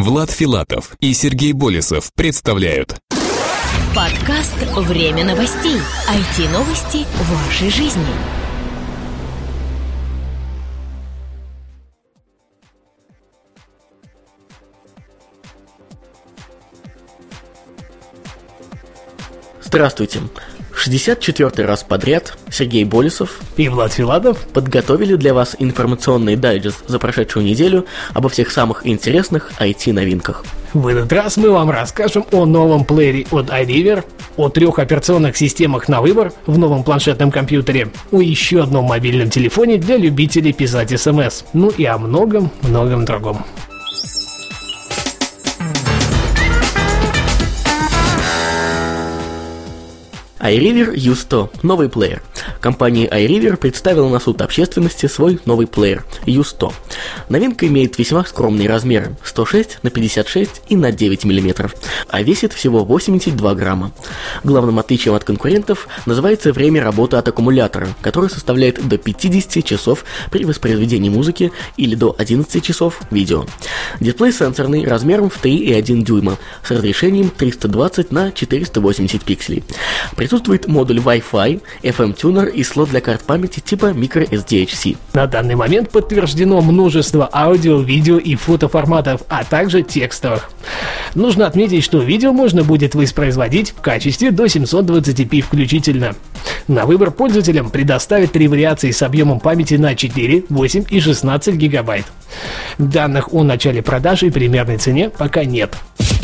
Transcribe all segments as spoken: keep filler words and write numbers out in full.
Влад Филатов и Сергей Болесов представляют подкаст «Время новостей». ай ти-новости в вашей жизни. Здравствуйте! В шестьдесят четвёртый раз подряд Сергей Болесов и Влад Филатов подготовили для вас информационный дайджест за прошедшую неделю обо всех самых интересных ай ти-новинках. В этот раз мы вам расскажем о новом плеере от iRiver, о трех операционных системах на выбор в новом планшетном компьютере, о еще одном мобильном телефоне для любителей писать смс, ну и о многом-многом другом. iRiver ю сто – новый плеер. Компания iRiver представила на суд общественности свой новый плеер ю сто. Новинка имеет весьма скромные размеры – сто шесть на пятьдесят шесть и на девять миллиметров, а весит всего восемьдесят два грамма. Главным отличием от конкурентов называется время работы от аккумулятора, которое составляет до пятьдесят часов при воспроизведении музыки или до одиннадцати часов видео. Дисплей сенсорный размером в три и одна дюйма с разрешением триста двадцать на четыреста восемьдесят пикселей. Присутствует модуль Wi-Fi, эф эм-тюнер и слот для карт памяти типа microSD-эйч-си. На данный момент подтверждено множество аудио, видео и фотоформатов, а также текстовых. Нужно отметить, что видео можно будет воспроизводить в качестве до семьсот двадцать пи включительно. На выбор пользователям предоставят три вариации с объемом памяти на четыре, восемь и шестнадцать гигабайт. Данных о начале продажи и примерной цене пока нет.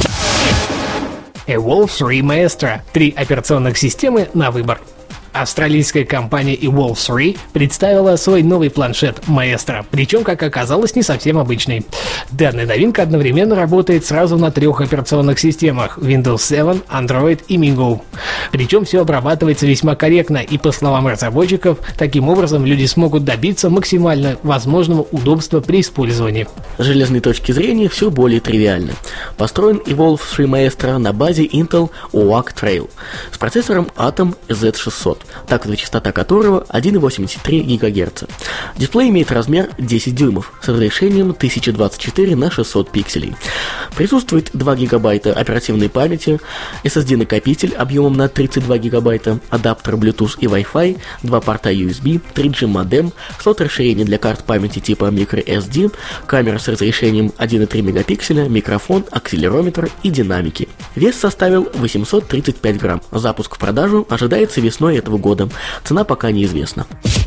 Evolve три Maestro – три операционных системы на выбор. Австралийская компания Evolve три представила свой новый планшет Maestro, причем, как оказалось, не совсем обычный. Данная новинка одновременно работает сразу на трех операционных системах Windows семь, Android и MeeGo. Причем все обрабатывается весьма корректно, и по словам разработчиков, таким образом люди смогут добиться максимально возможного удобства при использовании. С железной точки зрения все более тривиально. Построен Evolve три Maestro на базе Intel оак Trail с процессором Atom зет шестьсот. Тактовая частота которого один и восемьдесят три гигагерца. Дисплей имеет размер десять дюймов с разрешением тысяча двадцать четыре на шестьсот пикселей. Присутствует два гигабайта оперативной памяти, эс эс ди-накопитель объемом на тридцать два гигабайта, адаптер Bluetooth и Wi-Fi, два порта ю эс би, три джи модем, слот расширения для карт памяти типа microSD, камера с разрешением один и три мегапикселя, микрофон, акселерометр и динамики. Вес составил восемьсот тридцать пять грамм. Запуск в продажу ожидается весной этого года. Цена пока неизвестна.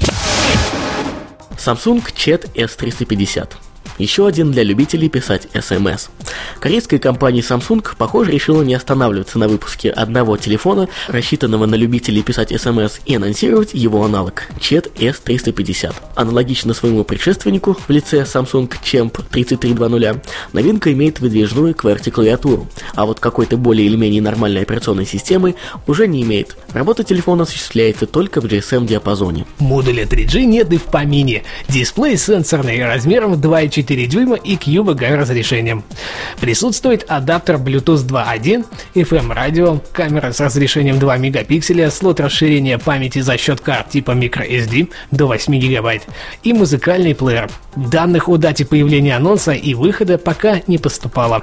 Samsung Chat эс триста пятьдесят. Еще один для любителей писать смс. Корейская компания Samsung, похоже, решила не останавливаться на выпуске одного телефона, рассчитанного на любителей писать смс, и анонсировать его аналог Chat эс триста пятьдесят. Аналогично своему предшественнику в лице Samsung Champ тридцать три два ноль, новинка имеет выдвижную QWERTY-клавиатуру, а вот какой-то более или менее нормальной операционной системы уже не имеет. Работа телефона осуществляется только в джи эс эм-диапазоне. Модуля три джи нет и в помине. Дисплей сенсорный размером два и четыре дюйма и кью би джи разрешением. Присутствует адаптер Bluetooth два точка один, эф эм-радио, камера с разрешением два мегапикселя, слот расширения памяти за счет карт типа microSD до восемь гигабайт и музыкальный плеер. Данных о дате появления анонса и выхода пока не поступало.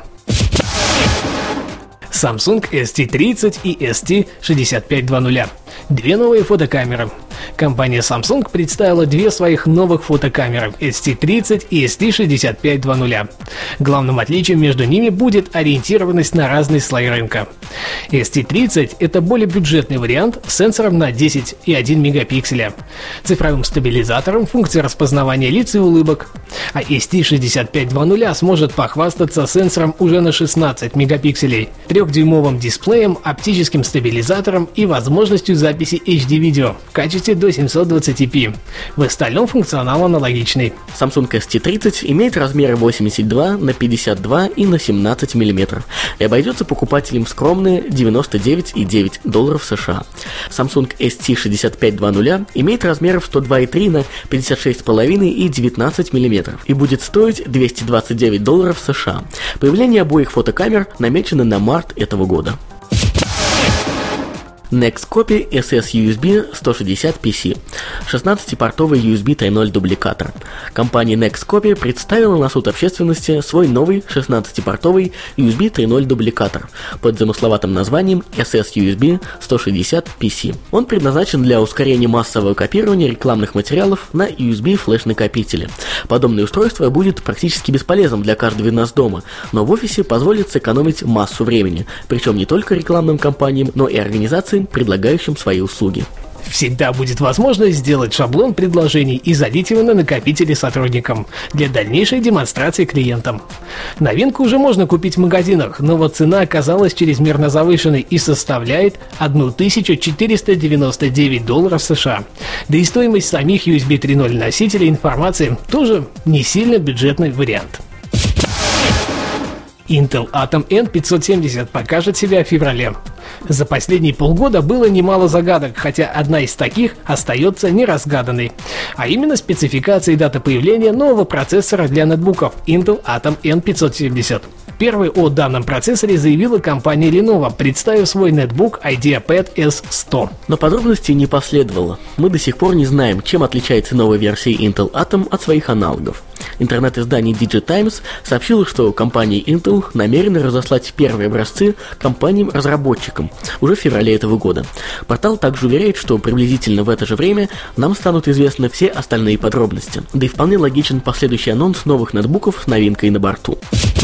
Samsung эс ти тридцать и эс ти шестьдесят пять два ноль. Две новые фотокамеры. Компания Samsung представила две своих новых фотокамеры эс ти тридцать и эс ти шестьдесят пять два ноль. Главным отличием между ними будет ориентированность на разные слои рынка. эс ти тридцать – это более бюджетный вариант с сенсором на десять и один мегапикселя, цифровым стабилизатором, функцией распознавания лиц и улыбок. А эс ти шестьдесят пять два ноль сможет похвастаться сенсором уже на шестнадцать мегапикселей, трехдюймовым дисплеем, оптическим стабилизатором и возможностью записи эйч ди-видео в качестве до семьсот двадцать пи. В остальном функционал аналогичный. Samsung эс ти тридцать имеет размеры восемьдесят два на пятьдесят два и на семнадцать миллиметров и обойдется покупателям в скромные девяносто девять и девять долларов США. Samsung эс ти шестьдесят пять два ноль имеет размеров сто два и три на пятьдесят шесть и пять и девятнадцать миллиметров и будет стоить двести двадцать девять долларов США. Появление обоих фотокамер намечено на март этого года. Nextcopy эс эс ю эс би сто шестьдесят пи си, шестнадцатипортовый ю эс би три ноль дубликатор. Компания Nextcopy представила на суд общественности свой новый шестнадцатипортовый ю эс би три ноль дубликатор под замысловатым названием эс эс ю эс би сто шестьдесят пи си. Он предназначен для ускорения массового копирования рекламных материалов на ю эс би-флеш-накопители. Подобное устройство будет практически бесполезным для каждого из нас дома, но в офисе позволит сэкономить массу времени, причем не только рекламным компаниям, но и организациям, предлагающим свои услуги. Всегда будет возможность сделать шаблон предложений и залить его на накопители сотрудникам для дальнейшей демонстрации клиентам. Новинку уже можно купить в магазинах, но вот цена оказалась чрезмерно завышенной и составляет тысячу четыреста девяносто девять долларов США. Да и стоимость самих ю эс би три ноль носителей информации тоже не сильно бюджетный вариант. Intel Atom эн пятьсот семьдесят покажет себя в феврале. За последние полгода было немало загадок, хотя одна из таких остается неразгаданной. А именно спецификация и дата появления нового процессора для ноутбуков Intel Atom эн пятьсот семьдесят. Первой о данном процессоре заявила компания Lenovo, представив свой нетбук IdeaPad эс сто. Но подробностей не последовало. Мы до сих пор не знаем, чем отличается новая версия Intel Atom от своих аналогов. Интернет-издание DigiTimes сообщило, что компания Intel намерена разослать первые образцы компаниям-разработчикам уже в феврале этого года. Портал также уверяет, что приблизительно в это же время нам станут известны все остальные подробности. Да и вполне логичен последующий анонс новых ноутбуков с новинкой на борту.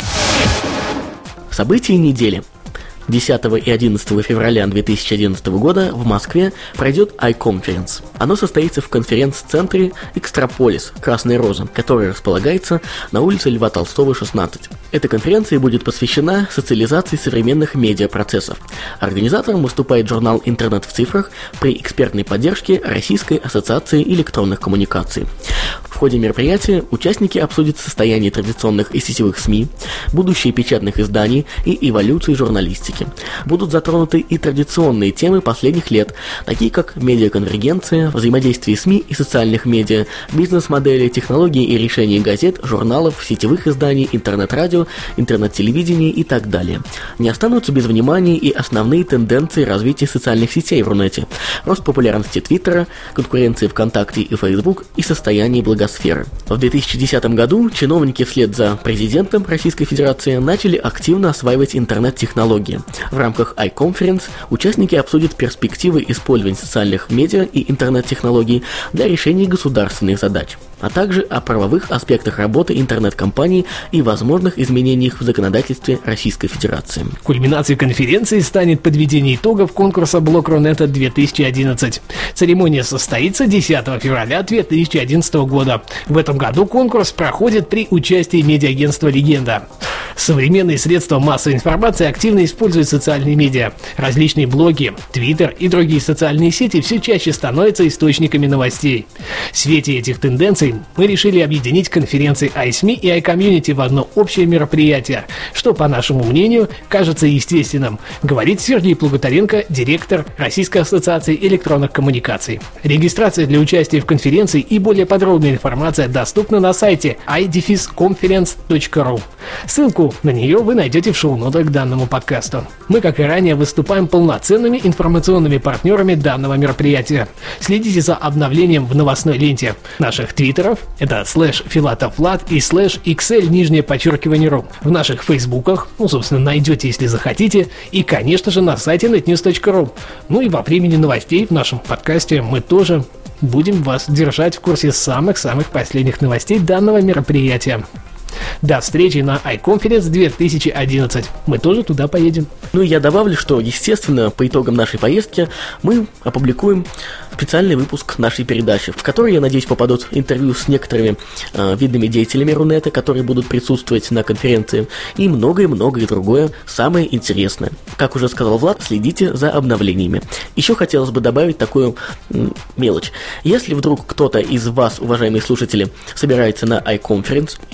События недели. десятого и одиннадцатого февраля две тысячи одиннадцатого года в Москве пройдет iConference. Оно состоится в конференц-центре Экстраполис «Красная роза», который располагается на улице Льва Толстого, шестнадцать. Эта конференция будет посвящена социализации современных медиапроцессов. Организатором выступает журнал «Интернет в цифрах» при экспертной поддержке Российской ассоциации электронных коммуникаций. В ходе мероприятия участники обсудят состояние традиционных и сетевых СМИ, будущее печатных изданий и эволюцию журналистики. Будут затронуты и традиционные темы последних лет, такие как медиаконвергенция, взаимодействие СМИ и социальных медиа, бизнес-модели, технологии и решения газет, журналов, сетевых изданий, интернет-радио, интернет-телевидения и так далее. Не останутся без внимания и основные тенденции развития социальных сетей в Рунете, рост популярности Твиттера, конкуренции ВКонтакте и Facebook и состояние благосферы. В две тысячи десятом году чиновники вслед за президентом Российской Федерации начали активно осваивать интернет-технологии. В рамках iConference участники обсудят перспективы использования социальных медиа и интернет-технологий для решения государственных задач, а также о правовых аспектах работы интернет-компаний и возможных изменениях в законодательстве Российской Федерации. Кульминацией конференции станет подведение итогов конкурса Блок Рунета две тысячи одиннадцать. Церемония состоится десятого февраля две тысячи одиннадцатого года. В этом году конкурс проходит при участии медиа-агентства «Легенда». Современные средства массовой информации активно используют социальные медиа. Различные блоги, Твиттер и другие социальные сети все чаще становятся источниками новостей. В свете этих тенденций мы решили объединить конференции iSMI и iCommunity в одно общее мероприятие, что, по нашему мнению, кажется естественным, говорит Сергей Плуготаренко, директор Российской ассоциации электронных коммуникаций. Регистрация для участия в конференции и более подробная информация доступна на сайте i dash conference точка ru. Ссылку на нее вы найдете в шоу-нотах к данному подкасту. Мы, как и ранее, выступаем полноценными информационными партнерами данного мероприятия. Следите за обновлением в новостной ленте наших твиттеров, это слэш филатоввлад и слэш xl нижнее подчеркивание ру. В наших фейсбуках, ну, собственно, найдете, если захотите, и, конечно же, на сайте netnews точка ру. Ну и во времени новостей в нашем подкасте мы тоже будем вас держать в курсе самых-самых последних новостей данного мероприятия. До встречи на iConference две тысячи одиннадцать. Мы тоже туда поедем. Ну и я добавлю, что, естественно, по итогам нашей поездки мы опубликуем специальный выпуск нашей передачи, в который, я надеюсь, попадут интервью с некоторыми э, видными деятелями Рунета, которые будут присутствовать на конференции, и многое-многое другое самое интересное. Как уже сказал Влад, следите за обновлениями. Еще хотелось бы добавить такую м- мелочь. Если вдруг кто-то из вас, уважаемые слушатели, собирается на iConference, и у вас в наличии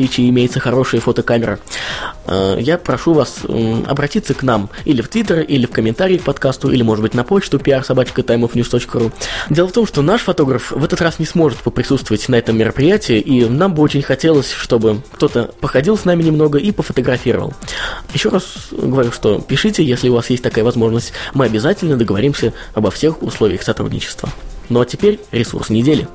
наличии имеется хорошая фотокамера, я прошу вас обратиться к нам или в Твиттер, или в комментарии к подкасту, или, может быть, на почту пи ар собака тайм оф ньюс точка ру. Дело в том, что наш фотограф в этот раз не сможет поприсутствовать на этом мероприятии, и нам бы очень хотелось, чтобы кто-то походил с нами немного и пофотографировал. Еще раз говорю, что пишите, если у вас есть такая возможность, мы обязательно договоримся обо всех условиях сотрудничества. Ну а теперь ресурс недели.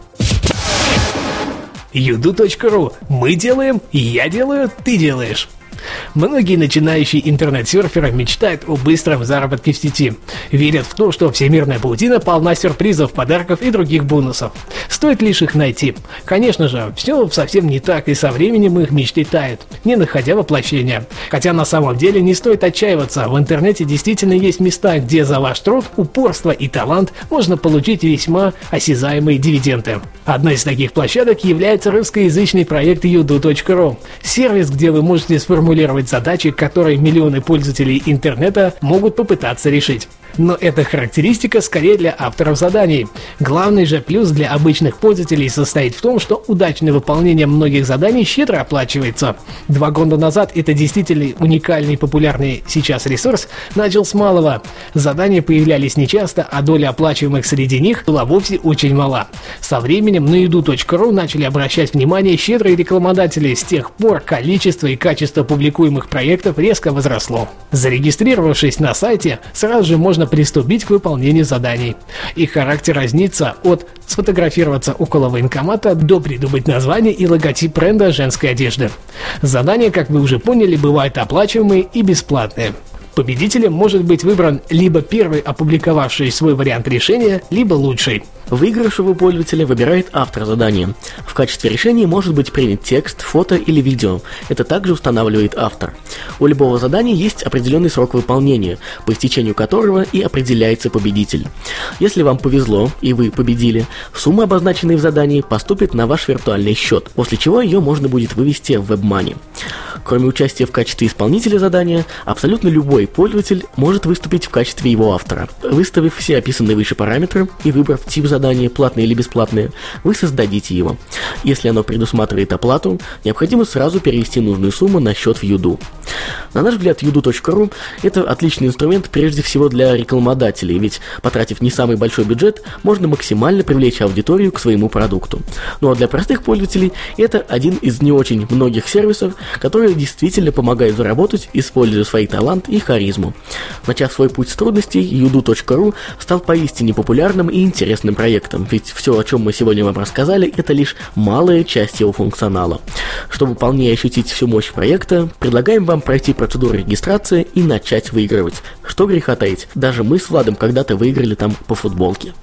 юду точка ру. Мы делаем, я делаю, ты делаешь. Многие начинающие интернет-серферы мечтают о быстром заработке в сети. Верят в то, что всемирная паутина полна сюрпризов, подарков и других бонусов. Стоит лишь их найти. Конечно же, все совсем не так, и со временем их мечты тают, не находя воплощения. Хотя на самом деле не стоит отчаиваться. В интернете действительно есть места, где за ваш труд, упорство и талант можно получить весьма осязаемые дивиденды. Одной из таких площадок является русскоязычный проект юду точка ру. Сервис, где вы можете сформулировать задачи, которые миллионы пользователей интернета могут попытаться решить. Но эта характеристика скорее для авторов заданий. Главный же плюс для обычных пользователей состоит в том, что удачное выполнение многих заданий щедро оплачивается. Два года назад это действительно уникальный и популярный сейчас ресурс начал с малого. Задания появлялись нечасто, а доля оплачиваемых среди них была вовсе очень мала. Со временем на юду точка ру начали обращать внимание щедрые рекламодатели. С тех пор количество и качество публикуемых проектов резко возросло. Зарегистрировавшись на сайте, сразу же можно приступить к выполнению заданий. Их характер разнится от сфотографироваться около военкомата до придумать название и логотип бренда женской одежды. Задания, как вы уже поняли, бывают оплачиваемые и бесплатные. Победителем может быть выбран либо первый опубликовавший свой вариант решения, либо лучший. Выигрышего пользователя выбирает автор задания. В качестве решения может быть принят текст, фото или видео. Это также устанавливает автор. У любого задания есть определенный срок выполнения, по истечению которого и определяется победитель. Если вам повезло и вы победили, сумма, обозначенная в задании, поступит на ваш виртуальный счет, после чего ее можно будет вывести в WebMoney. Кроме участия в качестве исполнителя задания, абсолютно любой пользователь может выступить в качестве его автора. Выставив все описанные выше параметры и выбрав тип задания, платное или бесплатное, вы создадите его. Если оно предусматривает оплату, необходимо сразу перевести нужную сумму на счет в Юду. На наш взгляд, юду точка ру – это отличный инструмент прежде всего для рекламодателей, ведь, потратив не самый большой бюджет, можно максимально привлечь аудиторию к своему продукту. Ну а для простых пользователей это один из не очень многих сервисов, которые действительно помогают заработать, используя свои талант и харизму. Начав свой путь с трудностей, юду точка ру стал поистине популярным и интересным проектом, ведь все, о чем мы сегодня вам рассказали, это лишь малая часть его функционала. Чтобы полнее ощутить всю мощь проекта, предлагаем вам пройти процедуру регистрации и начать выигрывать. Что греха таить, даже мы с Владом когда-то выиграли там по футболке.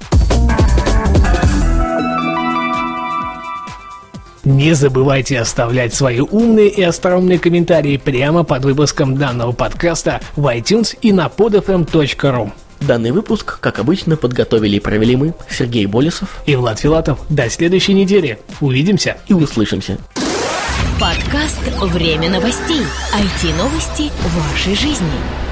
Не забывайте оставлять свои умные и остроумные комментарии прямо под выпуском данного подкаста в iTunes и на под эф эм точка ру. Данный выпуск, как обычно, подготовили и провели мы, Сергей Болесов и Влад Филатов. До следующей недели. Увидимся и услышимся. Подкаст «Время новостей». ай ти-новости в вашей жизни.